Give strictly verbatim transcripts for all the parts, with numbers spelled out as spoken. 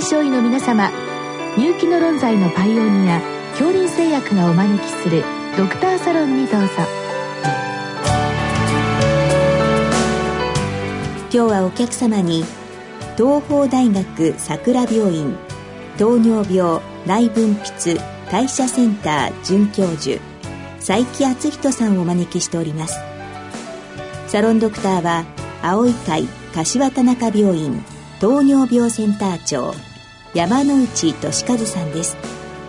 症医の皆様、入気の論剤のパイオニア恐林製薬がお招きするドクターサロンにどうぞ。 今日はお客様に東邦大学桜病院糖尿病内分泌代謝センター准教授佐伯敦人さんをお招きしております。サロンドクターは青い会柏田中病院糖尿病センター長山内俊和さんです。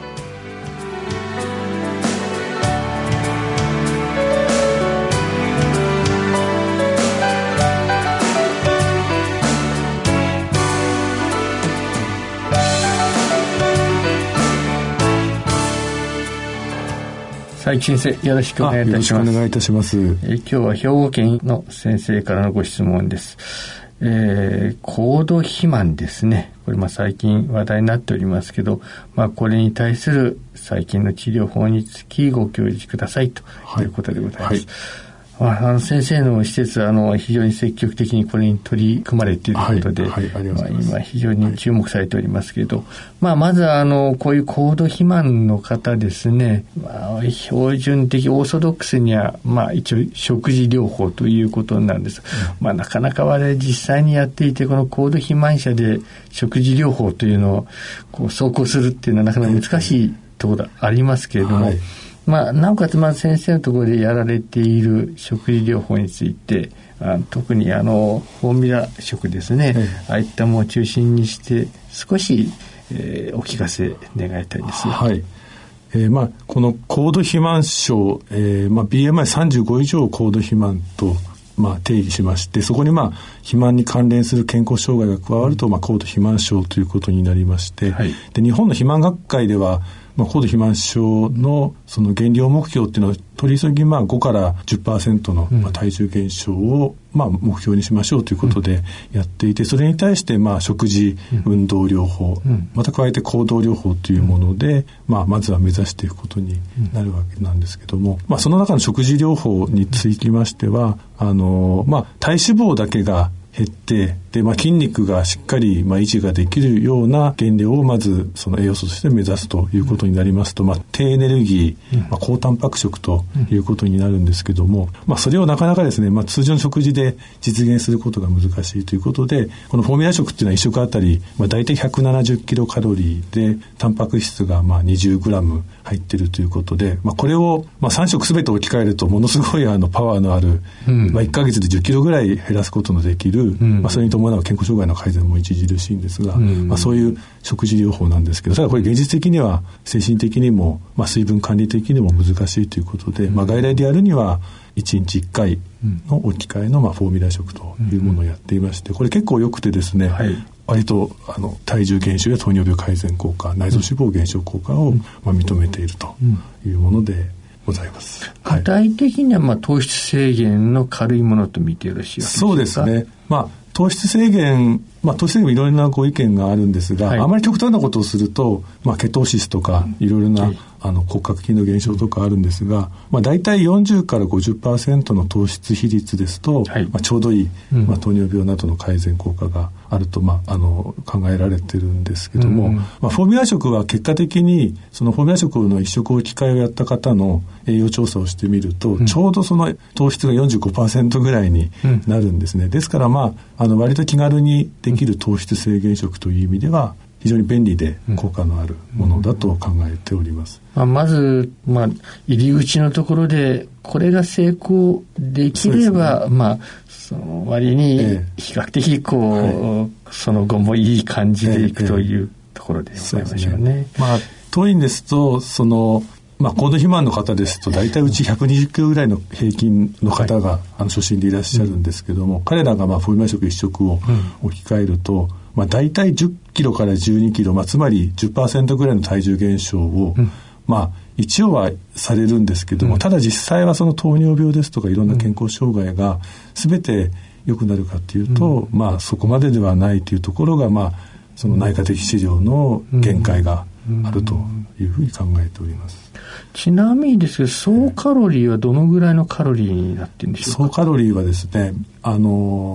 佐伯先生、よろしくお願いいたします。 よろしくお願いいたします。 え今日は兵庫県の先生からのご質問です。えー、高度肥満ですね。これまあ最近話題になっておりますけど、まあこれに対する最近の治療法につきご教示くださいということでございます。はいはいあの先生の施設はあの非常に積極的にこれに取り組まれていることで、はいはいまあ、今非常に注目されておりますけれど、はいまあ、まずあのこういう高度肥満の方ですね、まあ、標準的オーソドックスには、まあ、一応食事療法ということなんです、うんまあ、なかなか我々実際にやっていてこの高度肥満者で食事療法というのをこう走行するっていうのはなかなか難しいところがありますけれども、はいまあ、なおかつまず先生のところでやられている食事療法についてあ特にあのフォーミュラ食ですね、はい、ああいったものを中心にして少し、えー、お聞かせ願いたいです。 はいえーまあ、この高度肥満症、えーまあ、ビーエムアイさんじゅうご 以上高度肥満と、まあ、定義しましてそこに、まあ、肥満に関連する健康障害が加わると、まあ、高度肥満症ということになりまして、はい、で日本の肥満学会ではまあ、高度肥満症のその減量目標っていうのは取り急ぎまあごから じゅっパーセント のまあ体重減少をまあ目標にしましょうということでやっていて、それに対してまあ食事、運動療法、また加えて行動療法というものでまあまずは目指していくことになるわけなんですけども、まあその中の食事療法につきましてはあのまあ体脂肪だけが減ってで、まあ、筋肉がしっかり、まあ、維持ができるような減量をまずその栄養素として目指すということになりますと、まあ、低エネルギー、まあ、高タンパク食ということになるんですけども、まあ、それをなかなかですね、まあ、通常の食事で実現することが難しいということでこのフォーミュラ食っていうのはいっ食あたり、まあ、大体ひゃくななじゅっキロカロリーでタンパク質がまあにじゅうグラム入っているということで、まあ、これをまあさん食すべて置き換えるとものすごいあのパワーのある、うんまあ、いっかげつでじゅっキロぐらい減らすことのできる、うんまあ、それに伴う健康障害の改善も著しいんですが、うんまあ、そういう食事療法なんですけどただこれ現実的には精神的にも、まあ、水分管理的にも難しいということで、うんまあ、外来でやるにはいちにちいっかいの置き換えのまあフォーミュラ食というものをやっていましてこれ結構良くてですね、はい割とあの体重減少や糖尿病改善効果内臓脂肪減少効果を、まあ、認めているというものでございます、 うんはい、具体的にはまあ糖質制限の軽いものと見てよろしいですか。 そうですね、まあ、糖質制限、まあ、糖質制限もいろいろなご意見があるんですが、はい、あまり極端なことをすると、まあ、ケトーシスとかいろいろな、うんあの骨格筋の減少とかあるんですが、まあ、大体よんじゅうから ごじゅっパーセント の糖質比率ですと、はいまあ、ちょうどいい、まあ、糖尿病などの改善効果があると、まあ、あの考えられてるんですけども、うんまあ、フォーミュラ食は結果的にそのフォーミュラ食の一食置き換えをやった方の栄養調査をしてみると、うん、ちょうどその糖質が よんじゅうごパーセント ぐらいになるんですね、うん、ですから、まあ、あの割と気軽にできる糖質制限食という意味では非常に便利で効果のあるものだと考えております、 うんうんまあ、まず、まあ、入り口のところでこれが成功できれば、ねまあ、その割に比較的こう、ええはい、その後もいい感じでいくというところでございましょうね。ええねまあ、当院ですとそのまあ、高度肥満の方ですと大体うちひゃくにじゅっキロぐらいの平均の方が、はい、あの初診でいらっしゃるんですけども、うん、彼らがまあフォーミュラ食一食を置き換えると、うんまあ、大体じゅっキロからじゅうにキロ、まあ、つまり じゅっパーセント ぐらいの体重減少を、うんまあ、一応はされるんですけども、うん、ただ実際はその糖尿病ですとかいろんな健康障害が全て良くなるかというと、うんまあ、そこまでではないというところが、まあ、その内科的治療の限界があるというふうに考えております。 ちなみにですけど総カロリーはどのぐらいのカロリーになっているんでしょうか。 総カロリーはですねあの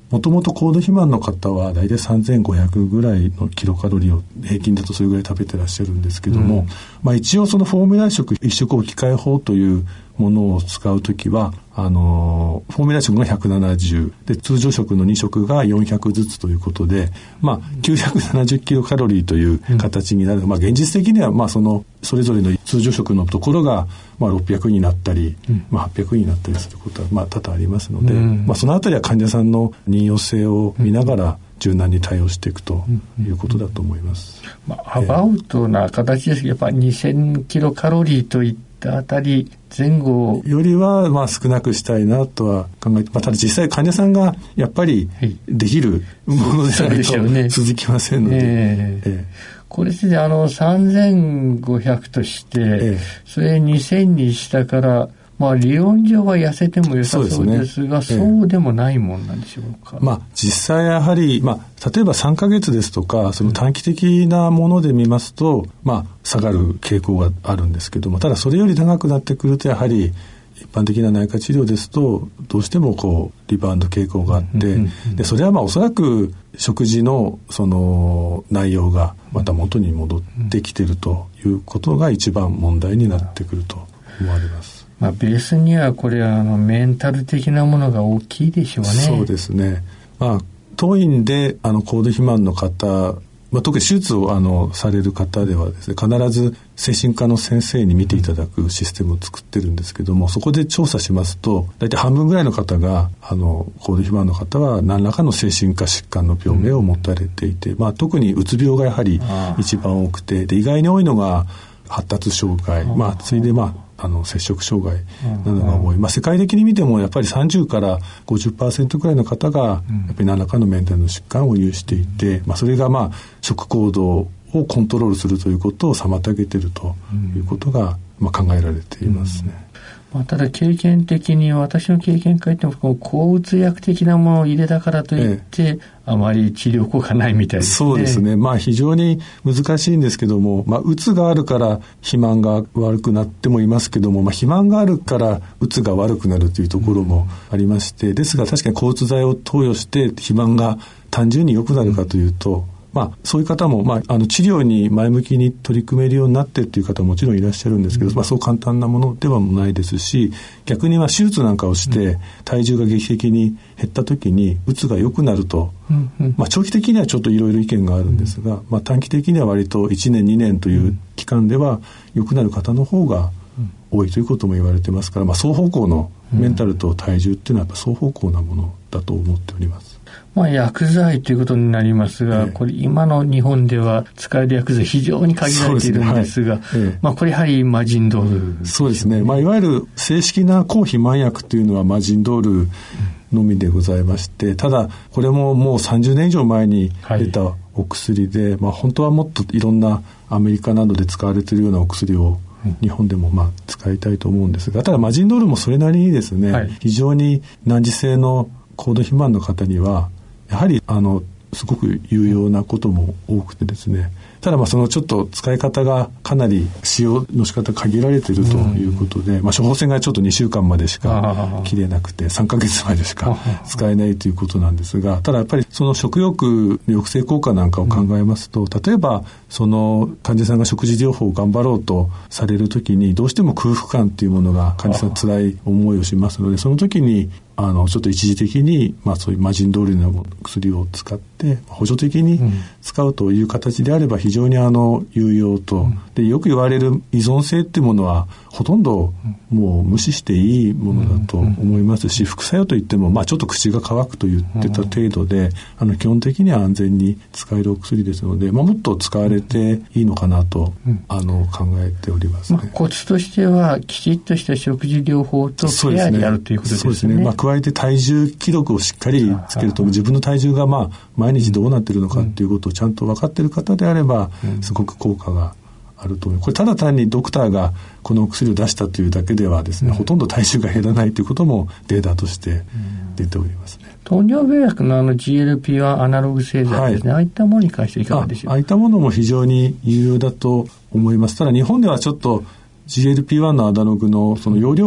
もともと高度肥満の方はだいたいさんぜんごひゃくぐらいのキロカロリーを平均だとそれぐらい食べてらっしゃるんですけども、うん、まあ、一応そのフォーミュラ食一食置き換え法というものを使うときはあのフォーミュラ食がひゃくななじゅうで通常食のに食がよんひゃくずつということで、まあ、きゅうひゃくななじゅうキロカロリーという形になる、うん、まあ、現実的にはまあそのそれぞれの通常食のところがまあろっぴゃくになったり、うん、まあ、はっぴゃくになったりすることはまあ多々ありますので、うん、まあ、そのあたりは患者さんの妊用性を見ながら柔軟に対応していくということだと思います、 うんうん、まあ、アバウトな形ですけどやっぱりにせんキロカロリーといったあたり前後よりはまあ少なくしたいなとは考えて、まあ、ただ実際患者さんがやっぱりできるものでないと続きませんので、えーえーこれであのさんぜんごひゃくとして、ええ、それにせんにしたから、まあ、理論上は痩せても良さそうですが、そうですね、そうでもないもんなんでしょうか。 ええ、まあ、実際やはり、まあ、例えばさんかげつですとかその短期的なもので見ますと、うん、まあ、下がる傾向があるんですけども、ただそれより長くなってくるとやはり一般的な内科治療ですとどうしてもこうリバウンド傾向があって、うんうんうん、でそれはまあおそらく食事のその内容がまた元に戻ってきているということが一番問題になってくると思われます。 まあ、ベースにはこれはあのメンタル的なものが大きいでしょうね。 そうですね。まあ、当院であの高度肥満の方、まあ、特に手術をあのされる方ではですね、必ず精神科の先生に見ていただくシステムを作ってるんですけども、そこで調査しますと大体半分ぐらいの方があの高度肥満の方は何らかの精神科疾患の病名を持たれていて、まあ、特にうつ病がやはり一番多くて、で意外に多いのが発達障害、まあ、次いでまああの摂食障害などが多い、まあ、世界的に見てもやっぱりさんじゅうから ごじゅっパーセント くらいの方がやっぱり何らかのメンタルの疾患を有していて、まあ、それがまあ食行動をコントロールするということを妨げているということがまあ考えられていますね。 まあ、ただ経験的に私の経験から言ってもこう抗うつ薬的なものを入れたからといって、ええ、あまり治療効果ないみたいですね。 そうですね。まあ非常に難しいんですけども、まあうつがあるから肥満が悪くなってもいますけども、まあ肥満があるからうつが悪くなるというところもありまして、うん、ですが確かに抗うつ剤を投与して肥満が単純に良くなるかというと、うん、まあ、そういう方も、まあ、あの治療に前向きに取り組めるようになっているという方ももちろんいらっしゃるんですけど、うん、まあ、そう簡単なものではないですし、逆には手術なんかをして体重が劇的に減った時にうつが良くなると、うんうん、まあ、長期的にはちょっといろいろ意見があるんですが、うん、まあ、短期的には割といちねんにねんという期間では良くなる方の方が多いということも言われてますから、まあ、双方向のメンタルと体重っていうのはやっぱ双方向なものだと思っております。 まあ、薬剤ということになりますが、ええ、これ今の日本では使える薬剤非常に限られているんですが、そうですね、はい、ええ、まあ、これやはりマジンドール、 そうですね、まあ、いわゆる正式な抗肥満薬というのはマジンドールのみでございまして、ただこれももうさんじゅうねん以上前に出たお薬で、はい、まあ、本当はもっといろんなアメリカなどで使われているようなお薬を日本でもまあ使いたいと思うんですが、ただマジンドールもそれなりにですね、はい、非常に難治性の高度肥満の方にはやはりあのすごく有用なことも多くてですね、ただまあそのちょっと使い方がかなり使用の仕方が限られているということで、まあ、処方箋がちょっとにしゅうかんまでしか切れなくてさんかげつまでしか使えないということなんですが、ただやっぱりその食欲抑制効果なんかを考えますと、例えばその患者さんが食事療法を頑張ろうとされるときにどうしても空腹感というものが患者さん辛い思いをしますので、その時にあのちょっと一時的に、まあ、そういうマジンドールの薬を使って補助的に使うという形であれば非常にあの有用と、うん、でよく言われる依存性っていうものはほとんどもう無視していいものだと思いますし、副作用といっても、まあ、ちょっと口が乾くと言ってた程度で、あの基本的には安全に使えるお薬ですので、まあ、もっと使われていいのかなと、うん、あの考えておりますね。 まあ、コツとしてはきちっとした食事療法とケアでやるということですね。 そうですね。まあ、加えて体重記録をしっかりつけると、自分の体重がまあ毎日どうなっているのかということをちゃんと分かっている方であればすごく効果があると思う。これただ単にドクターがこのお薬を出したというだけではですね、うん、ほとんど体重が減らないということもデータとして出ておりますね。 糖尿病薬のあの ジーエルピーワン アナログ製剤ですね、はい、ああいったものに関していかがでしょうか。 ああいったものも非常に有用だと思います。ただ日本ではちょっと ジーエルピーワン のアナログのその容量が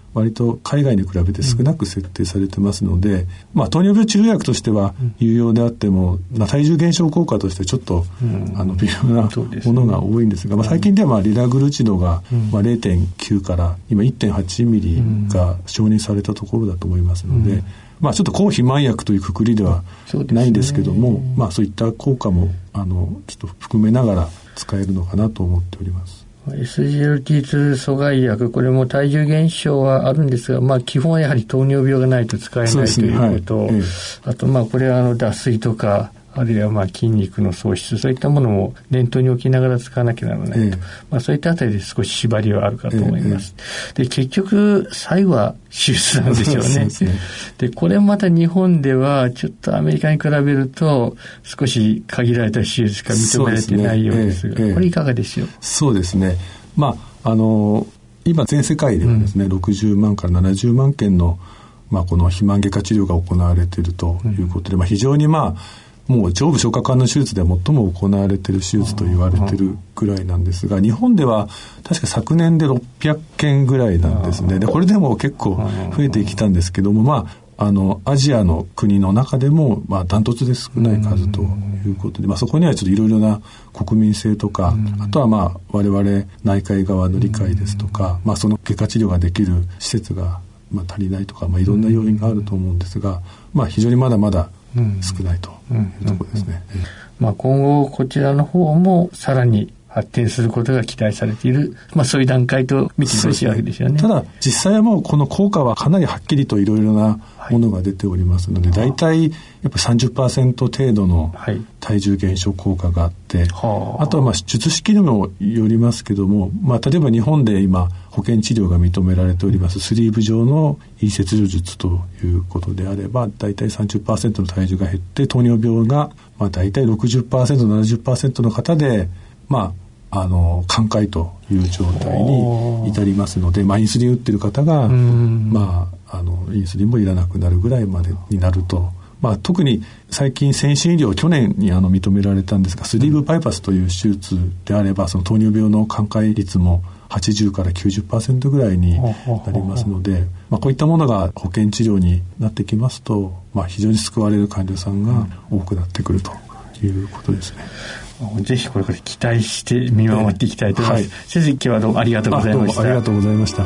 割と海外に比べて少なく設定されてますので、うん、まあ、糖尿病治療薬としては有用であっても、うん、体重減少効果としてちょっと、うん、あの微妙なものが多いんですが、まあ、最近ではまあリラグルチドが、まあ、れいてんきゅう から今 いってんはち ミリが承認されたところだと思いますので、うん、まあ、ちょっと抗肥満薬というくくりではないんですけども、ね、まあ、そういった効果もあのちょっと含めながら使えるのかなと思っております。 エスジーエルティーツー 阻害薬、これも体重減少はあるんですが、まあ、基本はやはり糖尿病がないと使えないということ、はい、あとまあこれはあの脱水とかあるいはまあ筋肉の喪失、そういったものも念頭に置きながら使わなきゃならないと、ええ、まあ、そういったあたりで少し縛りはあるかと思います、ええ、で結局最後は手術なんでしょうね。で、ね、でこれまた日本ではちょっとアメリカに比べると少し限られた手術しか認められてないようですが、ええ、これいかがでしょう。 そうですね、まああの今全世界ではですね、うん、ろくじゅうまんからななじゅうまんけんの、まあ、この肥満外科治療が行われているということで、うん、まあ、非常にまあもう上部消化管の手術では最も行われている手術と言われているぐらいなんですが、日本では確か昨年でろっぴゃっけんぐらいなんですね。でこれでも結構増えてきたんですけども、まあ、あのアジアの国の中でもまあダントツで少ない数ということで、まあ、そこにはちょっといろいろな国民性とか、あとはまあ我々内科医側の理解ですとか、まあ、その外科治療ができる施設がまあ足りないとか、まあ、いろんな要因があると思うんですが、まあ、非常にまだまだ少ないというところですね。 まあ、今後こちらの方もさらに発展することが期待されている、まあ、そういう段階と見てほしいわけですよね。 ただ実際はもうこの効果はかなりはっきりといろいろなものが出ておりますので、だいたいやっぱ さんじゅっパーセント 程度の体重減少効果があって、はい、あとはまあ術式にもよりますけども、まあ、例えば日本で今保険治療が認められておりますスリーブ状のいい切除術ということであれば、だいたい さんじゅっパーセント の体重が減って糖尿病がまあだいたい ろくじゅっパーセント、ななじゅっパーセント の方でまああの寛解という状態に至りますので、まあ、インスリン打ってる方が、まあ、あのインスリンもいらなくなるぐらいまでになると、まあ、特に最近先進医療去年にあの認められたんですが、スリーブバイパスという手術であればその糖尿病の寛解率もはちじゅうからきゅうじゅっパーセント ぐらいになりますので、まあ、こういったものが保険治療になってきますと、まあ、非常に救われる患者さんが多くなってくるということですね。 ぜひこれから期待して見守っていきたいと思います、はい、先生今日はどうもありがとうございました。 ありがとうございました。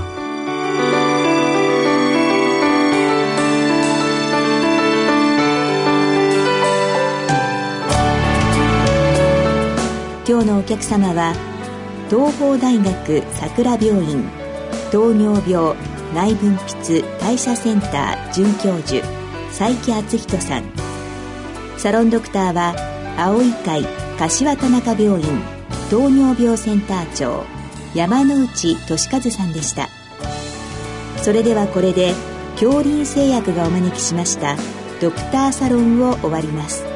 今日のお客様は東邦大学桜病院糖尿病内分泌代謝センター准教授佐伯敦人さん、サロンドクターは青い会柏田中病院糖尿病センター長山内俊和さんでした。それではこれで杏林製薬がお招きしましたドクターサロンを終わります。